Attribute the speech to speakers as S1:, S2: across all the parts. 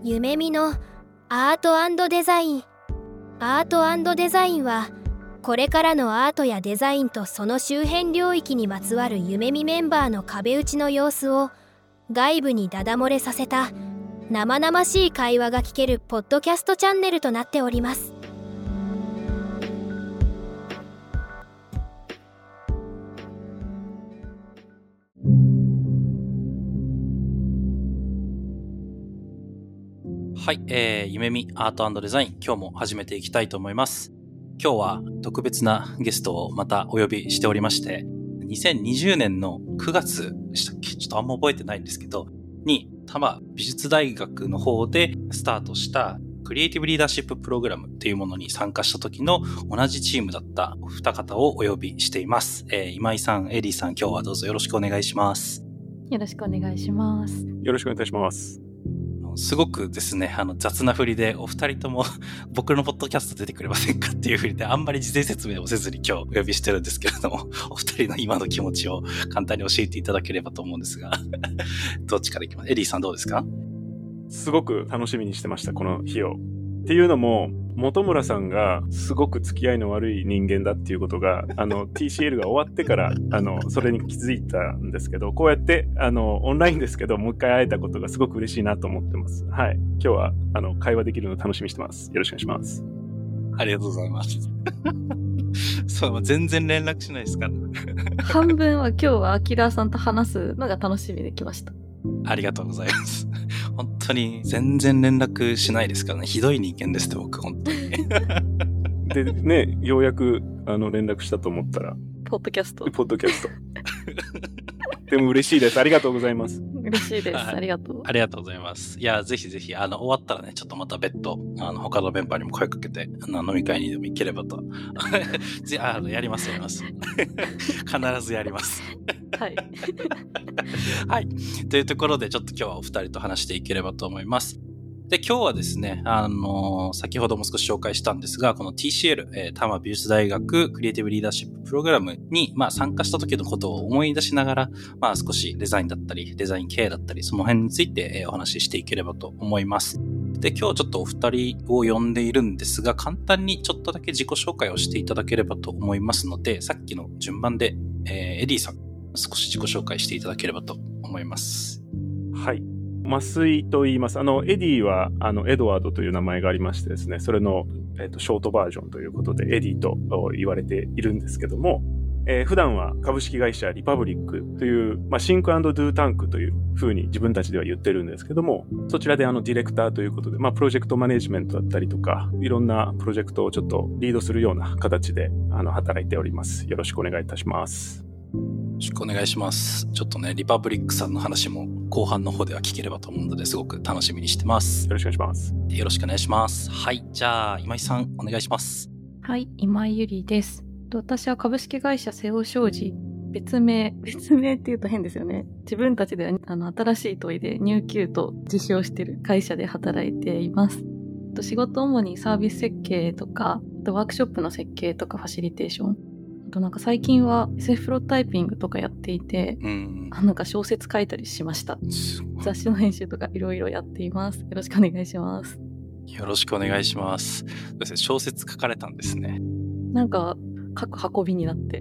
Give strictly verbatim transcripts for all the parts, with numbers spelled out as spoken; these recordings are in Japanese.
S1: 夢見のアート&デザイン。アート&デザインはこれからのアートやデザインとその周辺領域にまつわる夢見メンバーの壁打ちの様子を外部にダダ漏れさせた生々しい会話が聞けるポッドキャストチャンネルとなっております。
S2: はい、えー、夢見アート&デザイン、今日も始めていきたいと思います。今日は特別なゲストをまたお呼びしておりまして、にせんにじゅうねんのくがつでしたっけ、ちょっとあんま覚えてないんですけど、に多摩美術大学の方でスタートしたクリエイティブリーダーシッププログラムっていうものに参加した時の同じチームだったお二方をお呼びしています。えー、今井さん、エリーさん、今日はどうぞよろしくお願いします。
S3: よろしくお願いします。
S4: よろしくお願いいたします。
S2: すごくですね、あの雑な振りでお二人とも僕のポッドキャスト出てくれませんかっていう振りであんまり事前説明をせずに今日お呼びしてるんですけれども、お二人の今の気持ちを簡単に教えていただければと思うんですがどっちからいきます？エリーさんどうですか？
S4: すごく楽しみにしてました、この日を。っていうのも、本村さんがすごく付き合いの悪い人間だっていうことが、あの ティーシーエル が終わってからあのそれに気づいたんですけど、こうやってあのオンラインですけどもう一回会えたことがすごく嬉しいなと思ってます。はい、今日はあの会話できるのを楽しみにしてます。よろしくお願いします。
S2: ありがとうございますそう、全然連絡しないですから
S3: 半分は今日はアキラさんと話すのが楽しみで来ました。
S2: ありがとうございます本当に全然連絡しないですからね。ひどい人間ですって僕本当に
S4: でね、ようやくあの連絡したと思ったら
S3: ポッドキャスト
S4: ポッドキャストでも嬉しいです。ありがとうございます。
S3: 嬉しいです。ありがとう。
S2: ありがとうございます。いや、ぜひぜひ、あの、終わったらね、ちょっとまた別途、あの、他のメンバーにも声かけて、あの、飲み会にでも行ければと。ぜあの、やります、やります。必ずやります。
S3: はい。
S2: はい。というところで、ちょっと今日はお二人と話していければと思います。で、今日はですね、あのー、先ほども少し紹介したんですが、この ティーシーエル、えー、多摩美術大学クリエイティブリーダーシッププログラムに、まあ、参加した時のことを思い出しながら、まあ、少しデザインだったり、デザイン系だったり、その辺について、えー、お話ししていければと思います。で、今日ちょっとお二人を呼んでいるんですが、簡単にちょっとだけ自己紹介をしていただければと思いますので、さっきの順番で、えー、エディさん、少し自己紹介していただければと思います。
S4: はい。増井と言います。あの、エディは、あの、エドワードという名前がありましてですね、それの、えっと、ショートバージョンということで、エディと言われているんですけども、えー、普段は株式会社リパブリックという、まあ、シンク&ドゥタンクという風に自分たちでは言ってるんですけども、そちらであの、ディレクターということで、まあ、プロジェクトマネジメントだったりとか、いろんなプロジェクトをちょっとリードするような形で、あの、働いております。よろしくお願いいたします。
S2: よろしくお願いします。ちょっとね、リパブリックさんの話も後半の方では聞ければと思うので、すごく楽しみにしてます。
S4: よろしくお願いします。
S2: よろしくお願いします。はい。じゃあ、今井さん、お願いします。
S3: はい、今井ゆりです。私は株式会社瀬尾商事、別名、別名って言うと変ですよね。自分たちではあの新しい問いでニューキューと自称している会社で働いています。仕事主にサービス設計とか、あとワークショップの設計とかファシリテーション、となんか最近は エスエフ プロタイピングとかやっていて、うん、あなんか小説書いたりしました。雑誌の編集とかいろいろやっています。よろしくお願いします。
S2: よろしくお願いします。小説書かれたんですね。
S3: なんか書く運びになって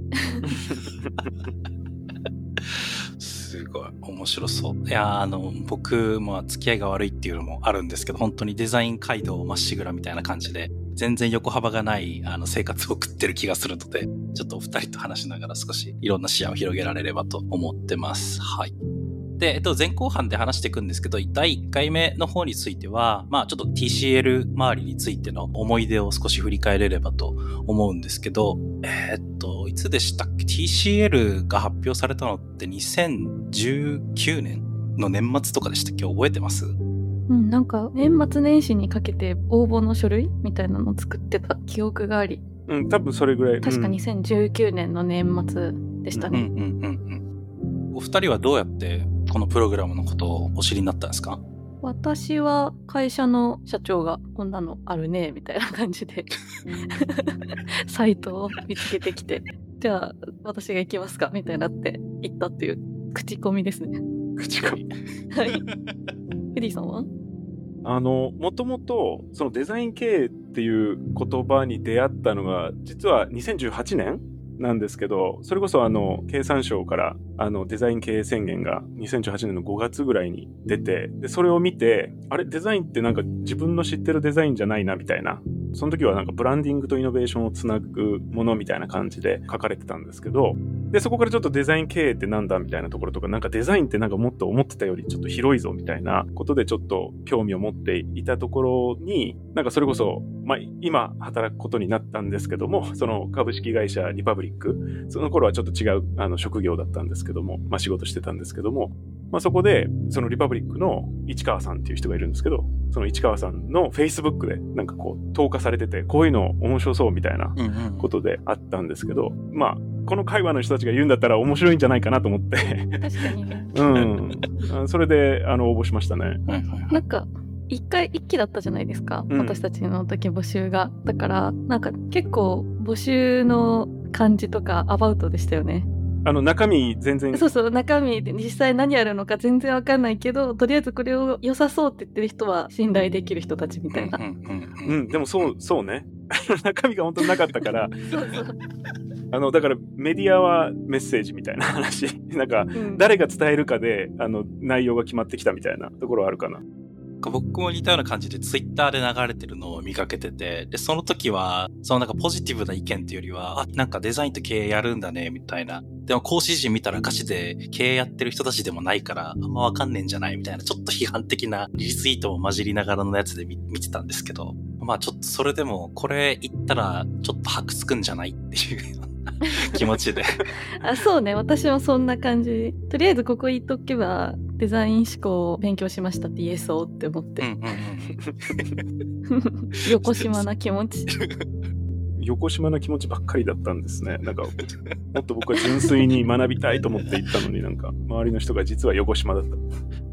S2: すごい面白そう。いやあの僕も付き合いが悪いっていうのもあるんですけど、本当にデザイン街道まっしぐらみたいな感じで全然横幅がないあの生活を送ってる気がするので、ちょっとお二人と話しながら少しいろんな視野を広げられればと思ってます。はい。で、えっと、前後半で話していくんですけど、だいいっかいめの方については、まあちょっと ティーシーエル 周りについての思い出を少し振り返れればと思うんですけど、えー、っと、いつでしたっけ？ ティーシーエル が発表されたのってにせんじゅうきゅうねんの年末とかでしたっけ？覚えてます？
S3: うん、なんか年末年始にかけて応募の書類みたいなのを作ってた記憶があり、
S4: うん、多分それぐらい。
S3: 確かにせんじゅうきゅうねんの年末でしたね。
S2: うんうんうんうん。お二人はどうやってこのプログラムのことをお知りになったんですか？
S3: 私は会社の社長がこんなのあるねみたいな感じでサイトを見つけてきて、じゃあ私が行きますかみたいになって行ったっていう口コミですね。
S2: 口コミ。
S3: はい。エディさんは？
S4: あの、もともと、そのデザイン経営っていう言葉に出会ったのが、実はにせんじゅうはちねんなんですけど、それこそあの、経産省からあの、デザイン経営宣言がにせんじゅうはちねんのごがつぐらいに出て、で、それを見て、あれ、デザインってなんか自分の知ってるデザインじゃないな、みたいな。その時はなんかブランディングとイノベーションをつなぐものみたいな感じで書かれてたんですけど、で、そこからちょっとデザイン経営ってなんだみたいなところとか、なんかデザインってなんかもっと思ってたよりちょっと広いぞみたいなことでちょっと興味を持っていたところに、なんかそれこそ、まあ、今働くことになったんですけども、その株式会社リパブリック、その頃はちょっと違うあの職業だったんですけども、まあ仕事してたんですけども、まあそこで、そのリパブリックの市川さんっていう人がいるんですけど、その市川さんの Facebook でなんかこう投下されてて、こういうの面白そうみたいなことであったんですけど、うんうん、まあ、この会話の人たちが言うんだったら面白いんじゃないかなと思って。
S3: 確かにね。
S4: うん。それで、あの、応募しましたね。
S3: なんか、一回一期だったじゃないですか。うん、私たちの時募集が。だから、なんか結構募集の感じとかアバウトでしたよね。
S4: あの、中身全然。
S3: そうそう、中身で実際何やるのか全然わかんないけど、とりあえずこれを良さそうって言ってる人は信頼できる人たちみたいな。
S4: うん、うん、でもそう、そうね。中身が本当になかったから。そうそう。あの、だからメディアはメッセージみたいな話。なんか、誰が伝えるかで、あの、内容が決まってきたみたいなところはあるかな。
S2: 僕も似たような感じでツイッターで流れてるのを見かけてて、で、その時は、そのなんかポジティブな意見っていうよりは、あ、なんかデザインと経営やるんだね、みたいな。でも講師陣見たらガチで経営やってる人たちでもないから、あんまわかんねえんじゃないみたいな、ちょっと批判的なリツイートも混じりながらのやつで 見, 見てたんですけど、まあちょっとそれでも、これ言ったらちょっと箔つくんじゃないっていうような気持ちで。
S3: あ、そうね、私もそんな感じ。とりあえずここ言っとけば、デザイン思考を勉強しましたって言えそうって思って。うんうんうん、横島な気持ち。
S4: 横島な気持ちばっかりだったんですね。なんか、もっと僕は純粋に学びたいと思って行ったのになんか、周りの人が実は横島だった。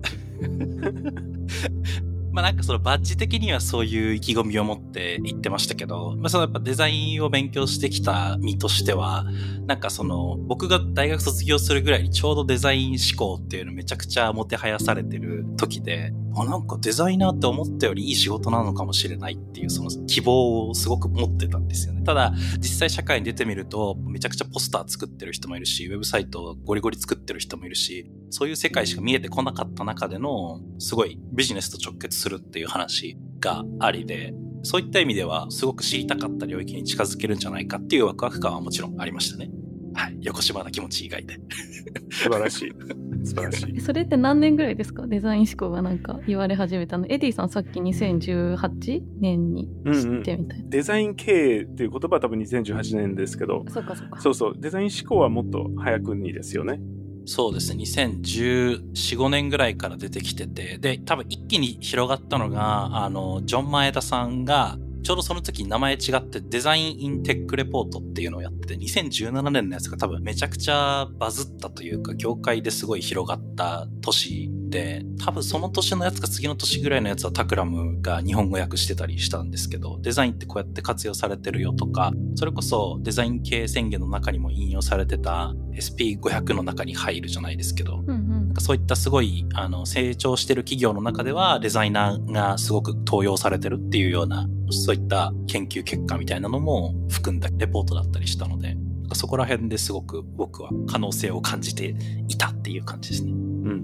S2: まあなんかそのバッジ的にはそういう意気込みを持って言ってましたけど、まあそのやっぱデザインを勉強してきた身としては、なんかその僕が大学卒業するぐらいにちょうどデザイン思考っていうのめちゃくちゃもてはやされてる時で、あ、なんかデザイナーって思ったよりいい仕事なのかもしれないっていうその希望をすごく持ってたんですよね。ただ実際社会に出てみるとめちゃくちゃポスター作ってる人もいるし、ウェブサイトをゴリゴリ作ってる人もいるし、そういう世界しか見えてこなかった中でのすごいビジネスと直結するっていう話がありで、そういった意味ではすごく知りたかった領域に近づけるんじゃないかっていうワクワク感はもちろんありましたね。はい。横島な気持ち以外で。
S4: 素晴らしい。素晴らしい。
S3: それって何年ぐらいですか？デザイン思考がなんか言われ始めたの。エディさんさっきにせんじゅうはちねんに知ってみたいな。
S4: うんうん、デザイン経営っていう言葉は多分にせんじゅうはちねんですけど。
S3: そうかそうか。
S4: そうそう。デザイン思考はもっと早くにですよね。
S2: そうですね。にせんじゅうよん、ごねんぐらいから出てきてて、で、多分一気に広がったのが、あの、ジョン・マエダさんが、ちょうどその時に名前違ってデザイン・イン・テック・レポートっていうのをやってて、にせんじゅうななねんのやつが多分めちゃくちゃバズったというか、業界ですごい広がった年で、多分その年のやつか次の年ぐらいのやつはタクラムが日本語訳してたりしたんですけど、デザインってこうやって活用されてるよとか、それこそデザイン系宣言の中にも引用されてた エスピーごひゃく の中に入るじゃないですけど、うんうん、なんかそういったすごいあの成長してる企業の中ではデザイナーがすごく登用されてるっていうような、そういった研究結果みたいなのも含んだレポートだったりしたので、そこら辺ですごく僕は可能性を感じていたっていう感じですね。うんうん。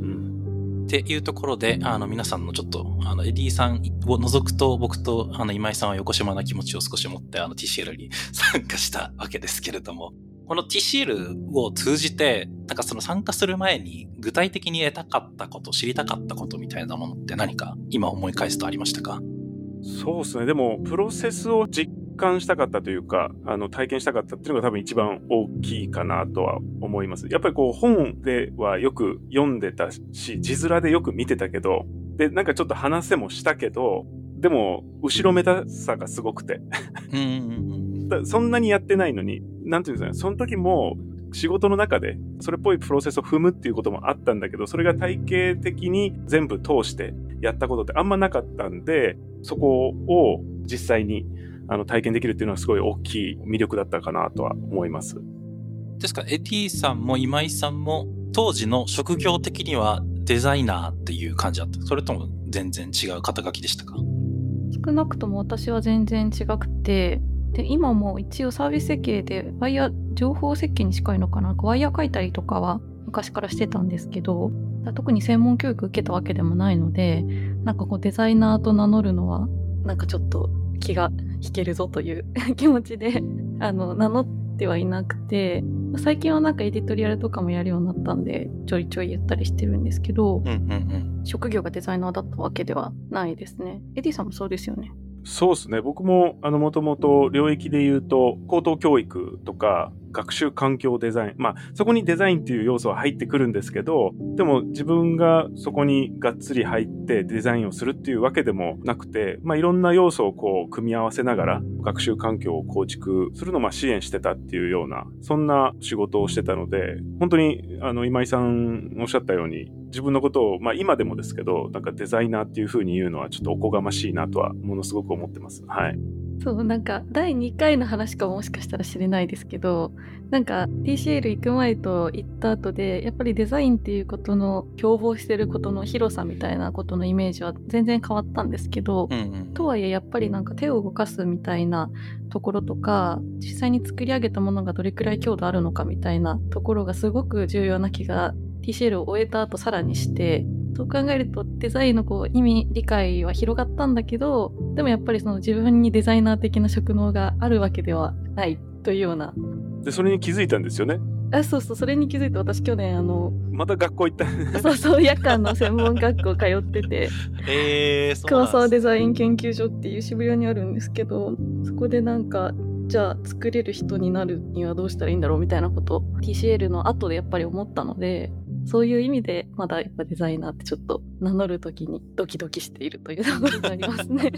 S2: っていうところで、あの皆さんのちょっと、あのエディさんを除くと僕とあの今井さんは横島な気持ちを少し持ってあの ティーシーエル に参加したわけですけれども、この ティーシーエル を通じて、なんかその参加する前に具体的に得たかったこと、知りたかったことみたいなものって何か今思い返すとありましたか？
S4: そうですね。でも、プロセスを実感したかったというか、あの、体験したかったっていうのが多分一番大きいかなとは思います。やっぱりこう、本ではよく読んでたし、字面でよく見てたけど、で、なんかちょっと話せもしたけど、でも、後ろめたさがすごくて。そんなにやってないのに、なんていうんですかね、その時も、仕事の中でそれっぽいプロセスを踏むっていうこともあったんだけど、それが体系的に全部通してやったことってあんまなかったんで、そこを実際にあの体験できるっていうのはすごい大きい魅力だったかなとは思います。
S2: ですからエディさんも今井さんも当時の職業的にはデザイナーっていう感じだった？それとも全然違う肩書きでしたか？
S3: 少なくとも私は全然違くて、で今も一応サービス設計でワイヤー情報設計に近いのかな、なんかワイヤー書いたりとかは昔からしてたんですけど、特に専門教育受けたわけでもないので、なんかこうデザイナーと名乗るのはなんかちょっと気が引けるぞという気持ちであの名乗ってはいなくて、最近はなんかエディトリアルとかもやるようになったんでちょいちょい言ったりしてるんですけど、
S2: うんうんうん、
S3: 職業がデザイナーだったわけではないですね。エディさんもそうですよね？
S4: そうですね。僕もあのもともと領域で言うと高等教育とか学習環境デザイン、まあそこにデザインっていう要素は入ってくるんですけど、でも自分がそこにがっつり入ってデザインをするっていうわけでもなくて、まあいろんな要素をこう組み合わせながら学習環境を構築するのをまあ支援してたっていうような、そんな仕事をしてたので、本当にあの今井さんおっしゃったように自分のことをまあ今でもですけど、なんかデザイナーっていう風に言うのはちょっとおこがましいなとはものすごく思ってます。はい。
S3: そう、なんかだいにかいの話かもしかしたら知れないですけど、なんか ティーシーエル 行く前と行った後でやっぱりデザインっていうことの共謀してることの広さみたいなことのイメージは全然変わったんですけど、
S2: うんうん、
S3: とはいえやっぱりなんか手を動かすみたいなところとか、実際に作り上げたものがどれくらい強度あるのかみたいなところがすごく重要な気が ティーシーエル を終えた後さらにして、そう考えるとデザインのこう意味理解は広がったんだけど、でもやっぱりその自分にデザイナー的な職能があるわけではないというような。
S4: でそれに気づいたんですよね。
S3: あ、そうそう、それに気づいて私去年あの
S4: また学校行った
S3: そうそう、夜間の専門学校通ってて
S2: えー、そう
S3: 桑沢デザイン研究所っていう渋谷にあるんですけど、そこでなんかじゃあ作れる人になるにはどうしたらいいんだろうみたいなことを ティーシーエル の後でやっぱり思ったので、そういう意味でまだやっぱデザイナーってちょっと名乗るときにドキドキしているというところがありますね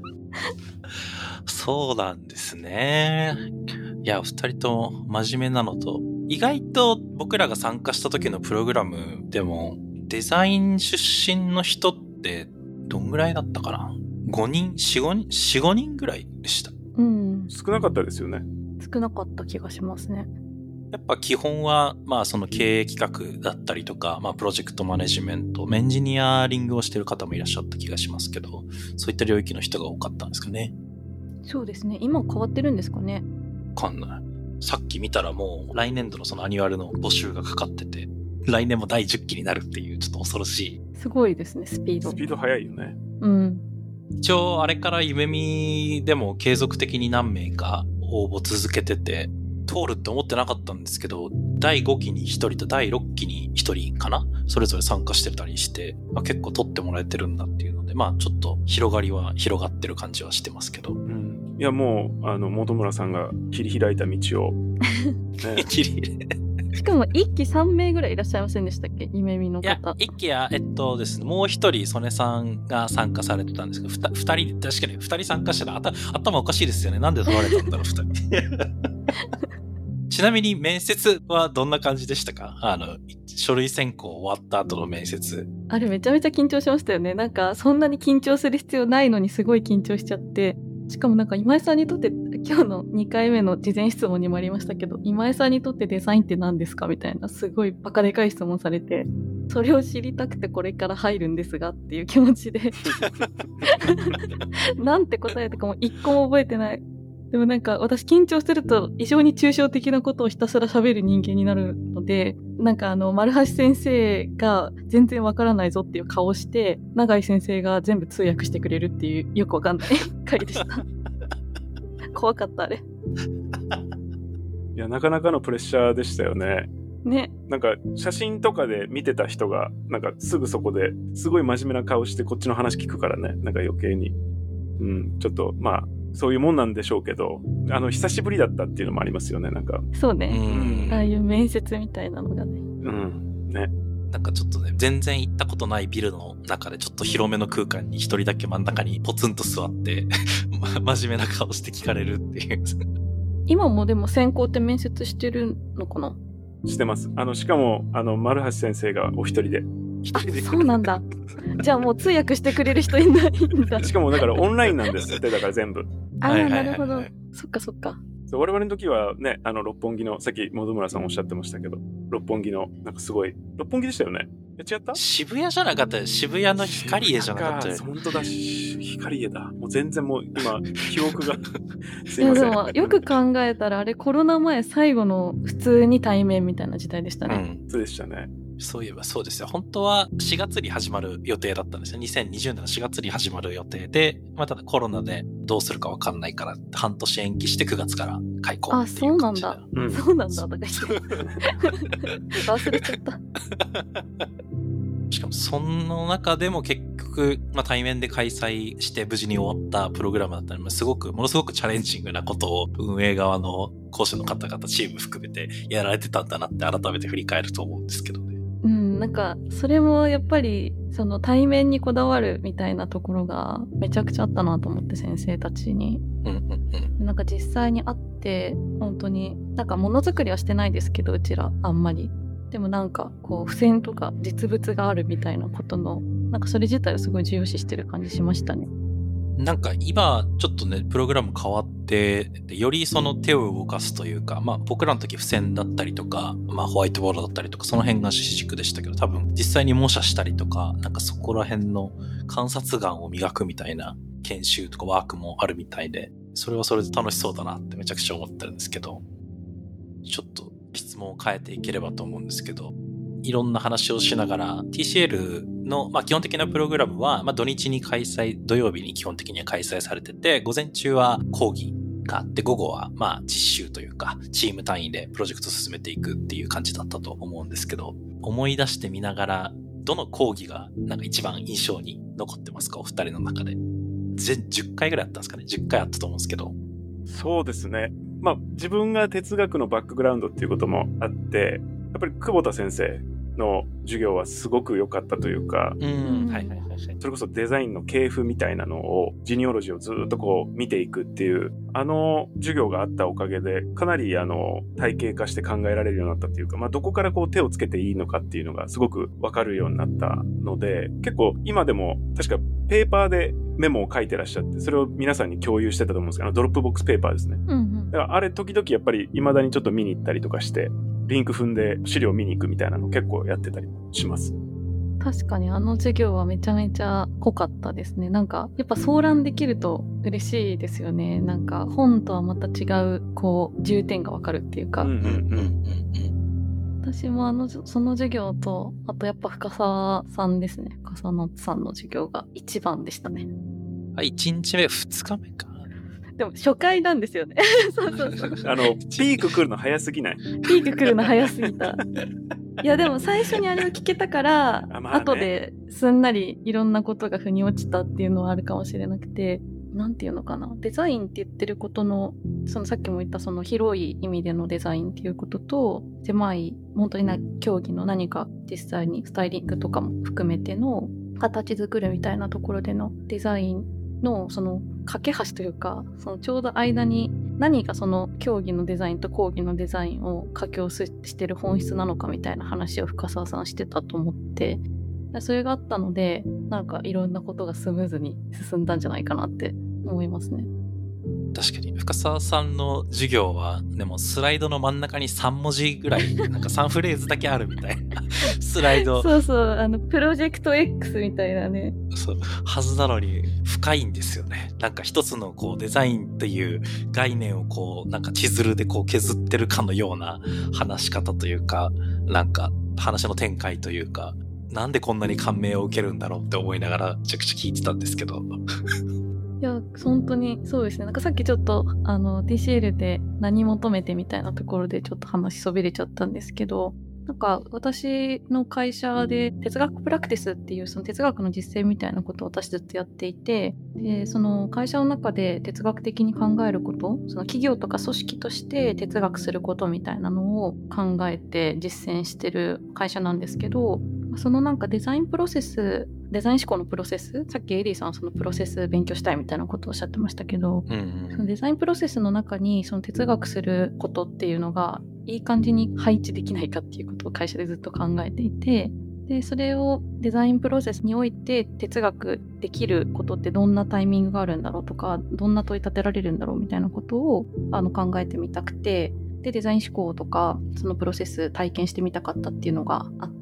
S2: そうなんですね。いや、二人とも真面目なのと、意外と僕らが参加した時のプログラムでもデザイン出身の人ってどんぐらいだったかな？ ご 人、よん、ごにん、よん、ごにんぐらいでした。
S3: うん。
S4: 少なかったですよね。
S3: 少なかった気がしますね。
S2: やっぱ基本は、まあその経営企画だったりとか、まあプロジェクトマネジメント、エンジニアリングをしてる方もいらっしゃった気がしますけど、そういった領域の人が多かったんですかね。
S3: そうですね。今変わってるんですかね。
S2: わかんない。さっき見たらもう来年度のそのアニュアルの募集がかかってて、来年もだいじゅっきになるっていうちょっと恐ろしい。
S3: すごいですね、スピード。
S4: スピード速いよね。
S3: うん。
S2: 一応あれから夢見でも継続的に何名か応募続けてて、通るって思ってなかったんですけど、だいごきにひとりとだいろっきにひとりかな、それぞれ参加してたりして、まあ、結構取ってもらえてるんだっていうので、まあちょっと広がりは広がってる感じはしてますけど。
S4: うん、いやもうあの本村さんが切り開いた道を、ね、
S2: 切り
S3: しかもいっきさんめいぐらいいらっしゃいませんでしたっけ、夢見の方。
S2: いや、いっきや、えっとですね、もう一人、曽根さんが参加されてたんですけど、ふた二人、確かに二人参加したら頭、頭おかしいですよね。なんで取られたんだろう、二人。ちなみに面接はどんな感じでしたか？あの、書類選考終わった後の面接。
S3: あれめちゃめちゃ緊張しましたよね。なんか、そんなに緊張する必要ないのにすごい緊張しちゃって。しかもなんか今井さんにとって、今日のにかいめの事前質問にもありましたけど、今井さんにとってデザインって何ですかみたいな、すごいバカでかい質問されて、それを知りたくてこれから入るんですがっていう気持ちでなんて答えたかも一個も覚えてない。でもなんか私緊張すると異常に抽象的なことをひたすら喋る人間になるので、なんかあの丸橋先生が全然わからないぞっていう顔をして、永井先生が全部通訳してくれるっていうよくわかんない回でした怖かったあれ。い
S4: やなかなかのプレッシャーでしたよね。
S3: ね。
S4: なんか写真とかで見てた人がなんかすぐそこですごい真面目な顔してこっちの話聞くからね、なんか余計にうんちょっとまあそういうもんなんでしょうけど、あの久しぶりだったっていうのもありますよね。なんか
S3: そうね、
S2: うん、
S3: ああいう面接みたいなのがね、
S4: うんね、
S2: なんかちょっとね、全然行ったことないビルの中でちょっと広めの空間に一人だけ真ん中にポツンと座って真面目な顔して聞かれるっていう
S3: 今もでも専攻って面接してるのかな？
S4: してます。あのしかもあの丸橋先生がお一人で一人で。
S3: そうなんだ。じゃあもう通訳してくれる人いないんだ。
S4: しかもだからオンラインなんですって、だから全部。
S3: ああ、なるほど。そっかそっか。
S4: そう我々の時はね、あの六本木の、さっき本村さんおっしゃってましたけど、六本木のなんかすごい六本木でしたよね。違った？
S2: 渋谷じゃなかったよ。渋谷の光家じゃなかったよ。
S4: 本当だ、光家だ。もう全然もう今記憶がすい
S3: いや
S4: ません。
S3: でもよく考えたらあれコロナ前最後の普通に対面みたいな時代でしたね。
S2: うん、
S4: そうでしたね。
S2: そういえばそうですよ。本当はしがつに始まる予定だったんですよ。にせんにじゅうねんのしがつに始まる予定で、まあ、ただコロナでどうするかわかんないから半年延期してくがつから開校っていう感じで。
S3: あ、そうなんだ。
S4: うん、
S3: そうなんだとか言って忘れちゃった。
S2: しかもその中でも結局、まあ、対面で開催して無事に終わったプログラムだったのですごくものすごくチャレンジングなことを運営側の講師の方々チーム含めてやられてたんだなって改めて振り返ると思うんですけどね。
S3: うん、なんかそれもやっぱりその対面にこだわるみたいなところがめちゃくちゃあったなと思って、先生たちに、
S2: うんうんうん、
S3: なんか実際に会って本当になんかものづくりはしてないですけどうちらあんまり、でもなんかこう付箋とか実物があるみたいなことのなんかそれ自体をすごい重要視してる感じしましたね。
S2: なんか今ちょっとねプログラム変わってよりその手を動かすというか、まあ僕らの時付箋だったりとか、まあホワイトボードだったりとかその辺が主軸でしたけど、多分実際に模写したりとかなんかそこら辺の観察眼を磨くみたいな研修とかワークもあるみたいで、それはそれで楽しそうだなってめちゃくちゃ思ってるんですけど、ちょっと質問を変えていければと思うんですけど、いろんな話をしながら ティーシーエル の、まあ、基本的なプログラムは、まあ、土日に開催、土曜日に基本的には開催されてて、午前中は講義があって、午後はまあ実習というかチーム単位でプロジェクトを進めていくっていう感じだったと思うんですけど、思い出してみながらどの講義がなんか一番印象に残ってますか、お二人の中で。全じゅっかいぐらいあったんですかね。じゅっかいあったと思うんですけど。
S4: そうですね。まあ自分が哲学のバックグラウンドっていうこともあって、やっぱり久保田先生の授業はすごく良かったというか、
S2: うん、はいはいはい。
S4: それこそデザインの系譜みたいなのを、ジニオロジーをずっとこう見ていくっていう、あの授業があったおかげで、かなりあの体系化して考えられるようになったっていうか、まあどこからこう手をつけていいのかっていうのがすごくわかるようになったので、結構今でも確かペーパーでメモを書いてらっしゃって、それを皆さんに共有してたと思うんですけど、ドロップボックスペーパーですね。
S3: うんうん、
S4: だからあれ時々やっぱり未だにちょっと見に行ったりとかして、リンク踏んで資料見に行くみたいなの結構やってたりします。
S3: 確かにあの授業はめちゃめちゃ濃かったですね。なんかやっぱ相談できると嬉しいですよね。なんか本とはまた違うこう重点がわかるっていうか、
S4: うんうんうん、
S3: 私もあのその授業と、あとやっぱ深澤さんですね。深澤さんの授業が一番でしたね。
S2: あ、いちにちめふつかめか。
S3: でも初回なんですよね。そうそうそう。
S4: あのピーク来るの早すぎない？
S3: ピーク来るの早すぎた。いやでも最初にあれを聞けたから、まあね、後ですんなりいろんなことが腑に落ちたっていうのはあるかもしれなくて、なんていうのかな、デザインって言ってることの、そのさっきも言ったその広い意味でのデザインっていうことと、狭い本当にな競技の何か実際にスタイリングとかも含めての形作るみたいなところでのデザインのその架け橋というか、そのちょうど間に何がその競技のデザインと講義のデザインを掛け合わせしてる本質なのかみたいな話を深澤さんしてたと思って、それがあったのでなんかいろんなことがスムーズに進んだんじゃないかなって思いますね。
S2: 確かに深澤さんの授業はでもスライドの真ん中にさんもじぐらいなんかさんフレーズだけあるみたいなスライド
S3: そうそう、あのプロジェクト X みたいなね、
S2: そうはずなのに深いんですよね。なんか一つのこうデザインっていう概念をこうなんかチズルでこう削ってるかのような話し方というか、なんか話の展開というか、なんでこんなに感銘を受けるんだろうって思いながらめちゃくちゃ聞いてたんですけど
S3: いや本当にそうですね。なんかさっきちょっとあの ティーシーエル で何求めてみたいなところでちょっと話しそびれちゃったんですけど、なんか私の会社で哲学プラクティスっていうその哲学の実践みたいなことを私ずっとやっていて、でその会社の中で哲学的に考えること、その企業とか組織として哲学することみたいなのを考えて実践してる会社なんですけど、そのなんかデザインプロセス、デザイン思考のプロセス、さっきエリーさんはそのプロセス勉強したいみたいなことをおっしゃってましたけど、
S2: うんうん、
S3: そのデザインプロセスの中にその哲学することっていうのがいい感じに配置できないかっていうことを会社でずっと考えていて、 で、それをデザインプロセスにおいて哲学できることってどんなタイミングがあるんだろうとか、どんな問い立てられるんだろうみたいなことをあの考えてみたくて、で、デザイン思考とか、そのプロセス体験してみたかったっていうのがあって、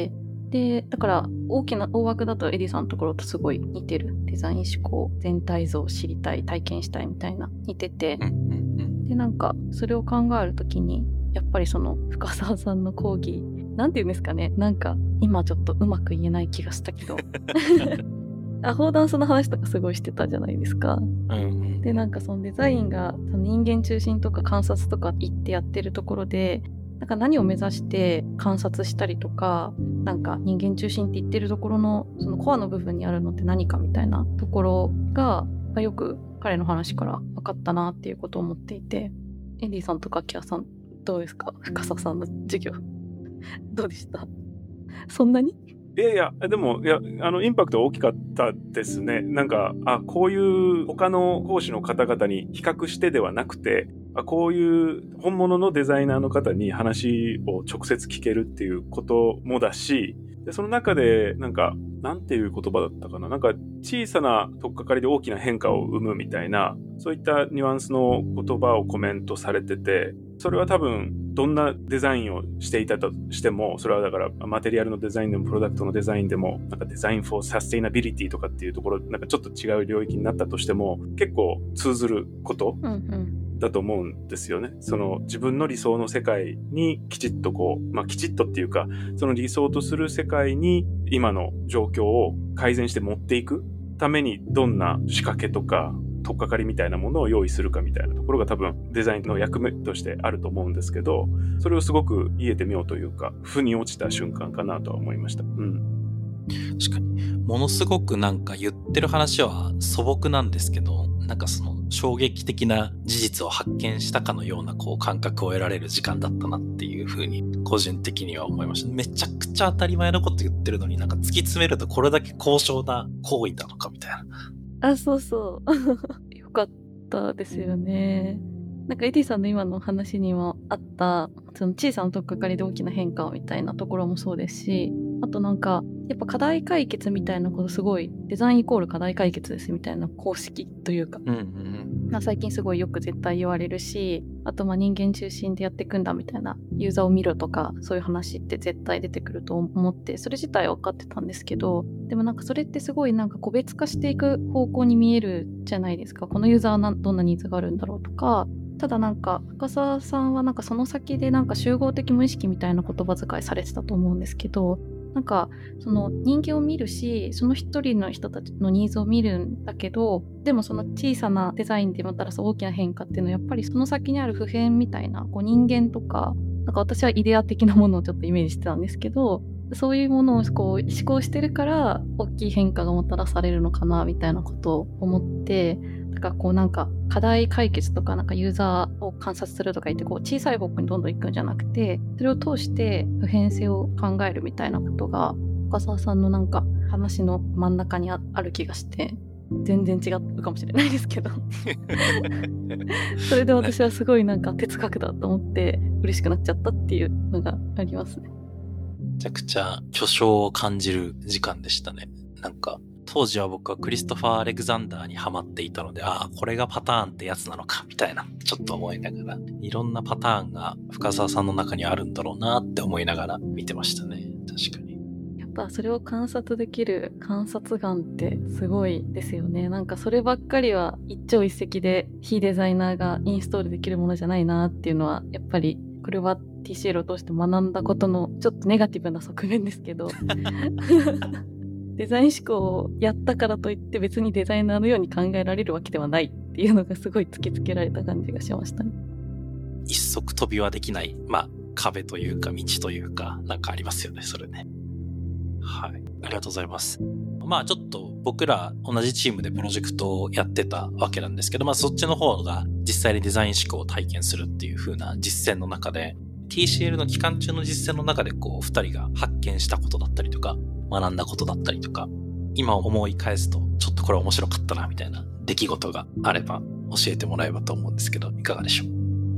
S3: で、だから大きな大枠だとエディさんのところとすごい似てる。デザイン思考、全体像を知りたい、体験したいみたいな似てて、で、なんかそれを考えるときに、やっぱりその深澤さんの講義、なんて言うんですかね、なんか今ちょっとうまく言えない気がしたけどアフォーダンスの話とかすごいしてたじゃないですか、うん、でなんかそのデザインがその人間中心とか観察とか言ってやってるところで、なんか何を目指して観察したりとか、なんか人間中心って言ってるところのそのコアの部分にあるのって何かみたいなところがよく彼の話から分かったなっていうことを思っていて、エディさんとかキアさんどうですか？深澤さんの授業どうでした？そんなに？
S4: いやいや、でも、いや、あの、インパクト大きかったですね。なんか、あ、こういう他の講師の方々に比較してではなくて、あ、こういう本物のデザイナーの方に話を直接聞けるっていうこともだし、で、その中で、なんか、なんていう言葉だったかな。なんか、小さな取っかかりで大きな変化を生むみたいな、そういったニュアンスの言葉をコメントされてて、それは多分、どんなデザインをしていたとしても、それはだからマテリアルのデザインでもプロダクトのデザインでも、なんかデザインフォーサステイナビリティとかっていうところ、なんかちょっと違う領域になったとしても、結構通ずることだと思うんですよね。うんうん、その自分の理想の世界にきちっとこう、まあきちっとっていうか、その理想とする世界に今の状況を改善して持っていくためにどんな仕掛けとか、取っかかりみたいなものを用意するかみたいなところが多分デザインの役目としてあると思うんですけど、それをすごく言えてみようというか、腑に落ちた瞬間かなとは思いました。うん。
S2: 確かに。ものすごくなんか言ってる話は素朴なんですけど、なんかその衝撃的な事実を発見したかのようなこう感覚を得られる時間だったなっていうふうに個人的には思いました。めちゃくちゃ当たり前のこと言ってるのになんか突き詰めるとこれだけ高尚な行為なのかみたいな。
S3: あ、そうそうよかったですよね。なんかエディさんの今の話にもあったその小さな取っかかりで大きな変化みたいなところもそうですし、あとなんかやっぱ課題解決みたいなことすごいデザインイコール課題解決ですみたいな公式というか、うんうんうん、まあ、最近すごいよく絶対言われるし、あとまあ人間中心でやっていくんだみたいな、ユーザーを見るとかそういう話って絶対出てくると思って、それ自体は分かってたんですけど、でもなんかそれってすごいなんか個別化していく方向に見えるじゃないですか。このユーザーはどんなニーズがあるんだろうとか、ただなんか深澤さんはなんかその先でなんか集合的無意識みたいな言葉遣いされてたと思うんですけど、なんかその人間を見るし、その一人の人たちのニーズを見るんだけど、でもその小さなデザインでもたらす大きな変化っていうのはやっぱりその先にある普遍みたいなこう人間とか、なんか私はイデア的なものをちょっとイメージしてたんですけど、そういうものをこう思考してるから大きい変化がもたらされるのかなみたいなことを思って、だからこうなんか課題解決とかなんかユーザーを観察するとか言ってこう小さい方向にどんどん行くんじゃなくて、それを通して普遍性を考えるみたいなことが深澤さんのなんか話の真ん中に あ, ある気がして、全然違うかもしれないですけどそれで私はすごいなんか哲学だと思って嬉しくなっちゃったっていうのがありますね。
S2: めちゃくちゃ巨匠を感じる時間でしたね。なんか当時は僕はクリストファー・アレクザンダーにハマっていたので、ああこれがパターンってやつなのかみたいなちょっと思いながら、いろんなパターンが深澤さんの中にあるんだろうなって思いながら見てましたね。確かに
S3: やっぱそれを観察できる観察眼ってすごいですよね。なんかそればっかりは一朝一夕で非デザイナーがインストールできるものじゃないなっていうのは、やっぱりこれは ティーシーエル を通して学んだことのちょっとネガティブな側面ですけどデザイン思考をやったからといって別にデザイナーのように考えられるわけではないっていうのがすごい突きつけられた感じがしましたね。
S2: 一足飛びはできない、まあ壁というか道というかなんかありますよね、それね。はい、ありがとうございます。まあちょっと僕ら同じチームでプロジェクトをやってたわけなんですけど、まあそっちの方が実際にデザイン思考を体験するっていう風な実践の中で、ティーシーエル の期間中の実践の中でこう二人が発見したことだったりとか学んだことだったりとか、今思い返すとちょっとこれ面白かったなみたいな出来事があれば教えてもらえばと思うんですけど、いかがでしょう？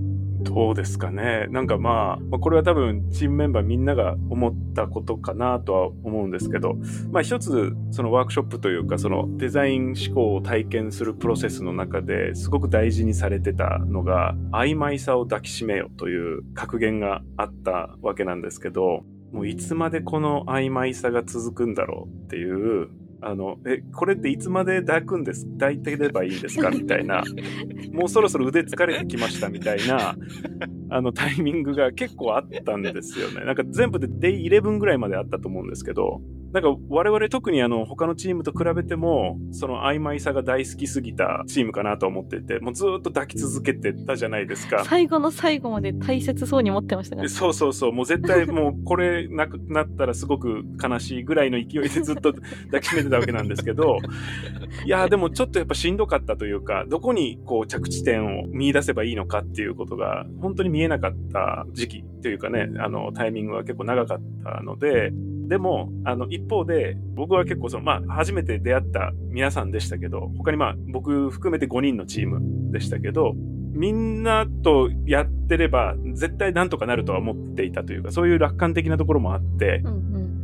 S4: どうですかね。なんかまあ、これは多分チームメンバーみんなが思ったことかなとは思うんですけど、まあ一つそのワークショップというかそのデザイン思考を体験するプロセスの中ですごく大事にされてたのが、曖昧さを抱きしめよという格言があったわけなんですけど、もういつまでこの曖昧さが続くんだろうっていう、あの、え、これっていつまで抱くんです、抱いてればいいんですかみたいな、もうそろそろ腕疲れてきましたみたいな、あのタイミングが結構あったんですよね。なんか全部でデイイレブンぐらいまであったと思うんですけど、なんか我々特にあの他のチームと比べてもその曖昧さが大好きすぎたチームかなと思っていて、もうずっと抱き続けてたじゃないですか。
S3: 最後の最後まで大切そうに持ってましたね。
S4: そうそうそう、もう絶対もうこれなくなったらすごく悲しいぐらいの勢いでずっと抱きしめてたわけなんですけど、いやでもちょっとやっぱしんどかったというか、どこにこう着地点を見出せばいいのかっていうことが本当に見えなかった時期というかね、あのタイミングが結構長かったので、でもあの一方で僕は結構その、まあ、初めて出会った皆さんでしたけど、他にまあ僕含めてごにんのチームでしたけど、みんなとやってれば絶対なんとかなるとは思っていたというか、そういう楽観的なところもあって、うんうん、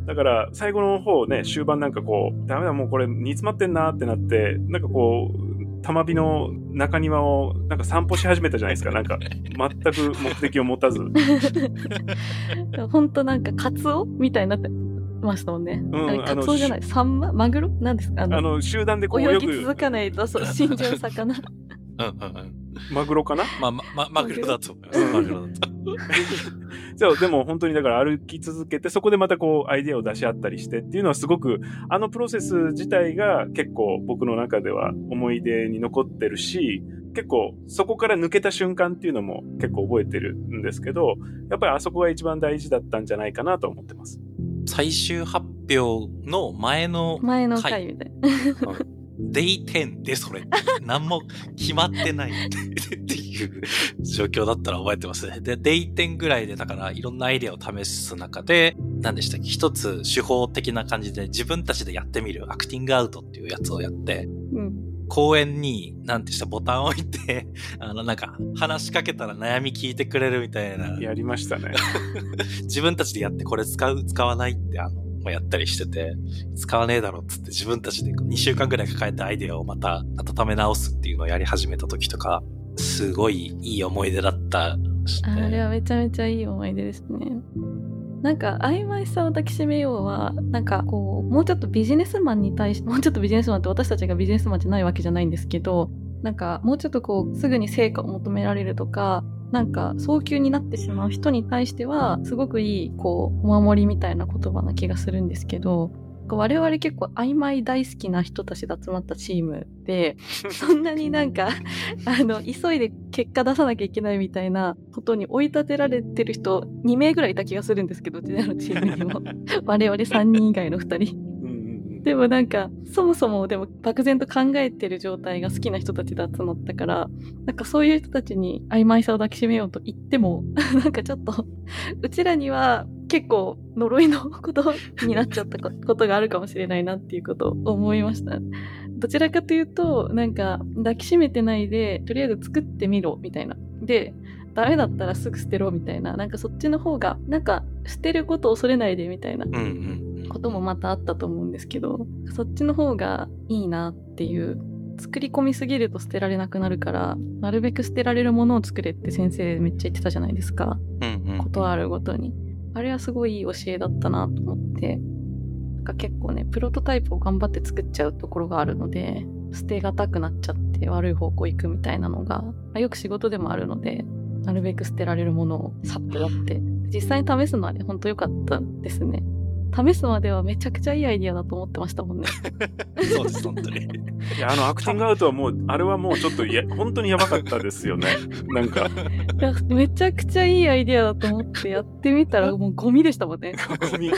S4: だから最後の方ね、終盤なんかこうダメだもうこれ煮詰まってんなってなって、なんかこう玉火の中庭をなんか散歩し始めたじゃないですか。なんか全く目的を持たず
S3: 本当なんかカツオみたいになってましたもんね。うん、あれカツオじゃない、サンマ、マグロなんですか、あの、
S4: あの集団でこう泳ぐ
S3: 泳ぎ続かないとそう死んじゃう魚。
S2: うんうんうん。
S4: マグロかな？
S2: まあ、ま、ま、マグロだと思います。マグロだと。
S4: そう、でも本当にだから歩き続けて、そこでまたこうアイデアを出し合ったりしてっていうのはすごく、あのプロセス自体が結構僕の中では思い出に残ってるし、結構そこから抜けた瞬間っていうのも結構覚えてるんですけど、やっぱりあそこが一番大事だったんじゃないかなと思ってます。
S2: 最終発表の前の回。
S3: 前の回みたいな。
S2: デイテンでそれ。何も決まってないっていう状況だったら覚えてますね。で、デイテンぐらいでだからいろんなアイデアを試す中で、何でしたっけ、一つ手法的な感じで自分たちでやってみるアクティングアウトっていうやつをやって、うん公園に、なんてしたボタンを置いて、あの、なんか、話しかけたら悩み聞いてくれるみたいな。
S4: やりましたね。
S2: 自分たちでやってこれ使う、使わないって、あの、やったりしてて、使わねえだろっつって自分たちでにしゅうかんぐらい抱えたアイデアをまた温め直すっていうのをやり始めた時とか、すごいいい思い出だった、ね。
S3: あれはめちゃめちゃいい思い出ですね。なんか曖昧さを抱きしめようはなんかこうもうちょっとビジネスマンに対してもうちょっとビジネスマンって私たちがビジネスマンじゃないわけじゃないんですけど、なんかもうちょっとこうすぐに成果を求められるとか、なんか早急になってしまう人に対してはすごくいいこうお守りみたいな言葉な気がするんですけど、我々結構曖昧大好きな人たちで集まったチームで、そんなになんかあの急いで結果出さなきゃいけないみたいなことに追い立てられてる人にめいぐらいいた気がするんですけど、うちのチームにも我々さんにん以外のふたりでもなんかそもそもでも漠然と考えてる状態が好きな人たちで集まったから、なんかそういう人たちに曖昧さを抱きしめようと言ってもなんかちょっとうちらには結構呪いのことになっちゃったことがあるかもしれないなっていうことを思いました。どちらかというとなんか抱きしめてないでとりあえず作ってみろみたいな、でダメだったらすぐ捨てろみたいな、なんかそっちの方がなんか捨てることを恐れないでみたいなこともまたあったと思うんですけど、そっちの方がいいなっていう、作り込みすぎると捨てられなくなるからなるべく捨てられるものを作れって先生めっちゃ言ってたじゃないですか、うんうん、ことあるごとに。あれはすごいいい教えだったなと思って、なんか結構ねプロトタイプを頑張って作っちゃうところがあるので、捨てがたくなっちゃって悪い方向行くみたいなのが、まあ、よく仕事でもあるので、なるべく捨てられるものをさっとやって実際に試すのはね本当良かったですね。試すまではめちゃくちゃいいアイディアだと思ってましたもんね。
S2: そうです本当に。い
S4: やあのアクティングアウトはもうあれはもうちょっといや本当にやばかったですよね。なんか
S3: いやめちゃくちゃいいアイディアだと思ってやってみたらもうゴミでしたもんね。ゴミ。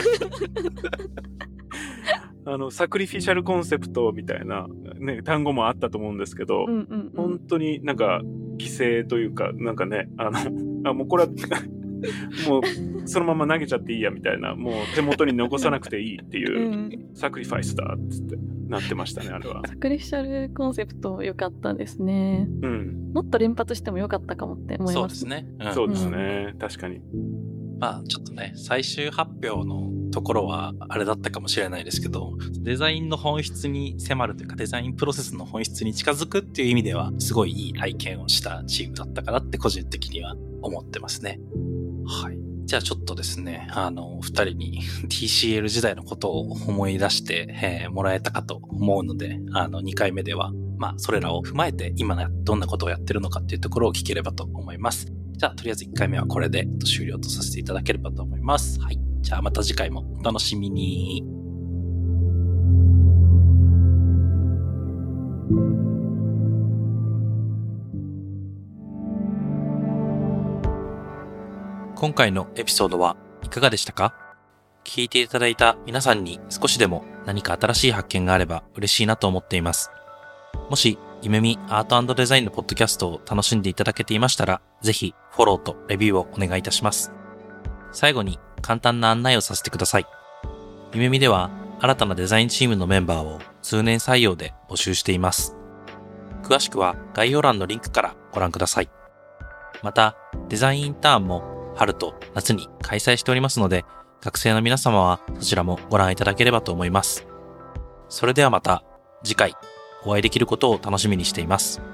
S4: あのサクリフィシャルコンセプトみたいな、ね、単語もあったと思うんですけど、うんうんうん、本当になんか犠牲というかなんかね、あのあもうこれはもうそのまま投げちゃっていいやみたいな、もう手元に残さなくていいっていう、うん、サクリファイスだっつってなってましたね、あれは。
S3: サクリフィシャルコンセプト良かったですね。うん。もっと連発しても良かったかもって思います。
S2: そうですね。
S4: うん、そうですね、うん。確かに。
S2: まあちょっとね、最終発表のところはあれだったかもしれないですけど、デザインの本質に迫るというか、デザインプロセスの本質に近づくっていう意味では、すごいいい体験をしたチームだったかなって個人的には思ってますね。はい。じゃあちょっとですね、あの、二人に ティーシーエル 時代のことを思い出して、えー、もらえたかと思うので、あの、にかいめでは、まあ、それらを踏まえて、今どんなことをやってるのかっていうところを聞ければと思います。じゃあ、とりあえずいっかいめはこれで終了とさせていただければと思います。はい。じゃあ、また次回もお楽しみに。今回のエピソードはいかがでしたか？聞いていただいた皆さんに少しでも何か新しい発見があれば嬉しいなと思っています。もし、ゆめみアート&デザインのポッドキャストを楽しんでいただけていましたら、ぜひフォローとレビューをお願いいたします。最後に簡単な案内をさせてください。ゆめみでは新たなデザインチームのメンバーを通年採用で募集しています。詳しくは概要欄のリンクからご覧ください。また、デザインインターンも春と夏に開催しておりますので、学生の皆様はそちらもご覧いただければと思います。それではまた次回お会いできることを楽しみにしています。